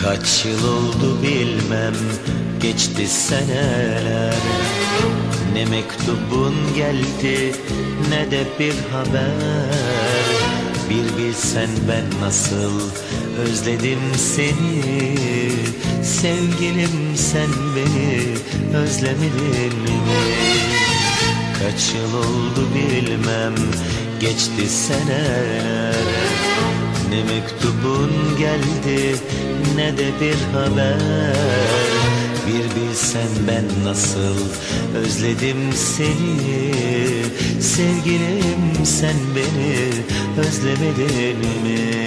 Kaç yıl oldu bilmem, geçti seneler. Ne mektubun geldi ne de bir haber. Bir bilsen ben nasıl özledim seni. Sevgilim sen beni özlemedin mi? Kaç yıl oldu bilmem, geçti seneler. Ne mektubun geldi ne de bir haber. Bir bilsen ben nasıl özledim seni. Sevgilim sen beni özlemedin mi?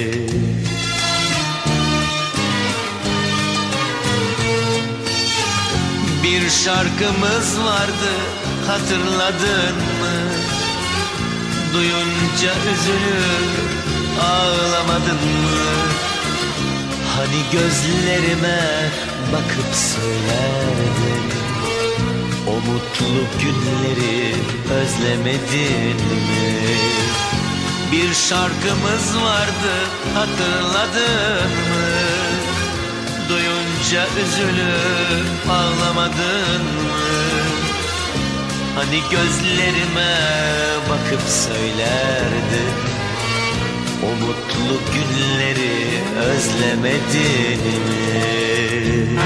Bir şarkımız vardı, hatırladın mı? Duyunca üzülür ağlamadın mı? Hani gözlerime bakıp söylerdin, o mutlu günleri özlemedin mi? Bir şarkımız vardı, hatırladın mı? Duyunca üzülüp ağlamadın mı? Hani gözlerime bakıp söylerdin, o mutlu günleri özlemedin mi?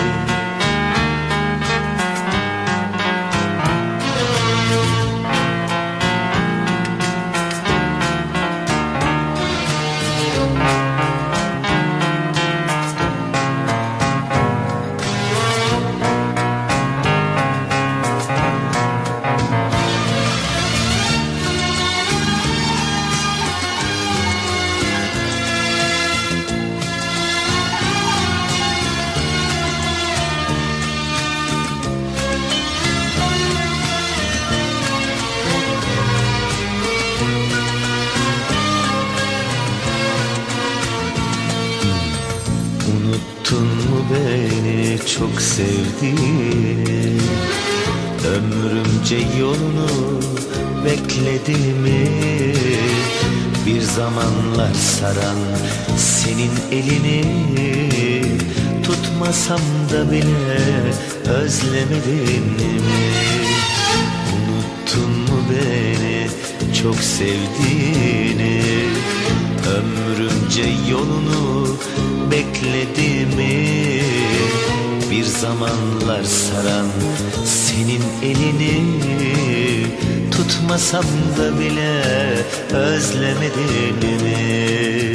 Unuttun mu beni çok sevdiğini? Ömrümce yolunu beklediğimi. Bir zamanlar saran senin elini tutmasam da bile özlemedin mi? Unuttun mu beni çok sevdiğini? Ömrümce yolunu beklediğimi. Bir zamanlar saran senin elini tutmasam da bile özlemedin mi?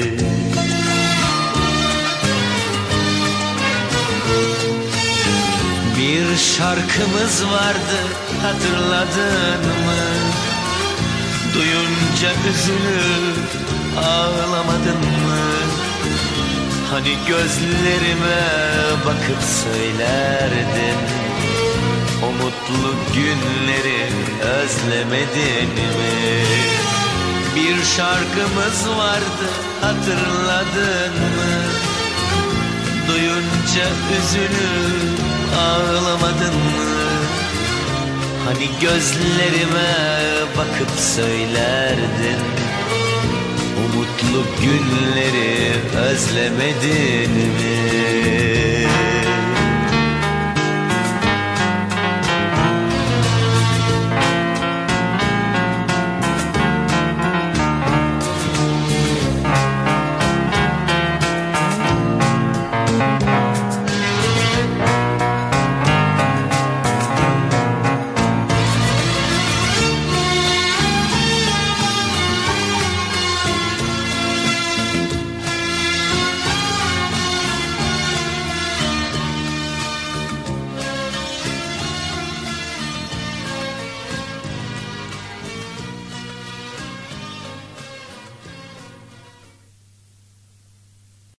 Bir şarkımız vardı, hatırladın mı? Duyunca üzülüp ağlamadın mı? Hani gözlerime bakıp söylerdin, o mutlu günleri özlemedin mi? Bir şarkımız vardı, hatırladın mı? Duyunca üzülüp ağlamadın mı? Hani gözlerime bakıp söylerdin, o mutlu günleri özlemedin mi?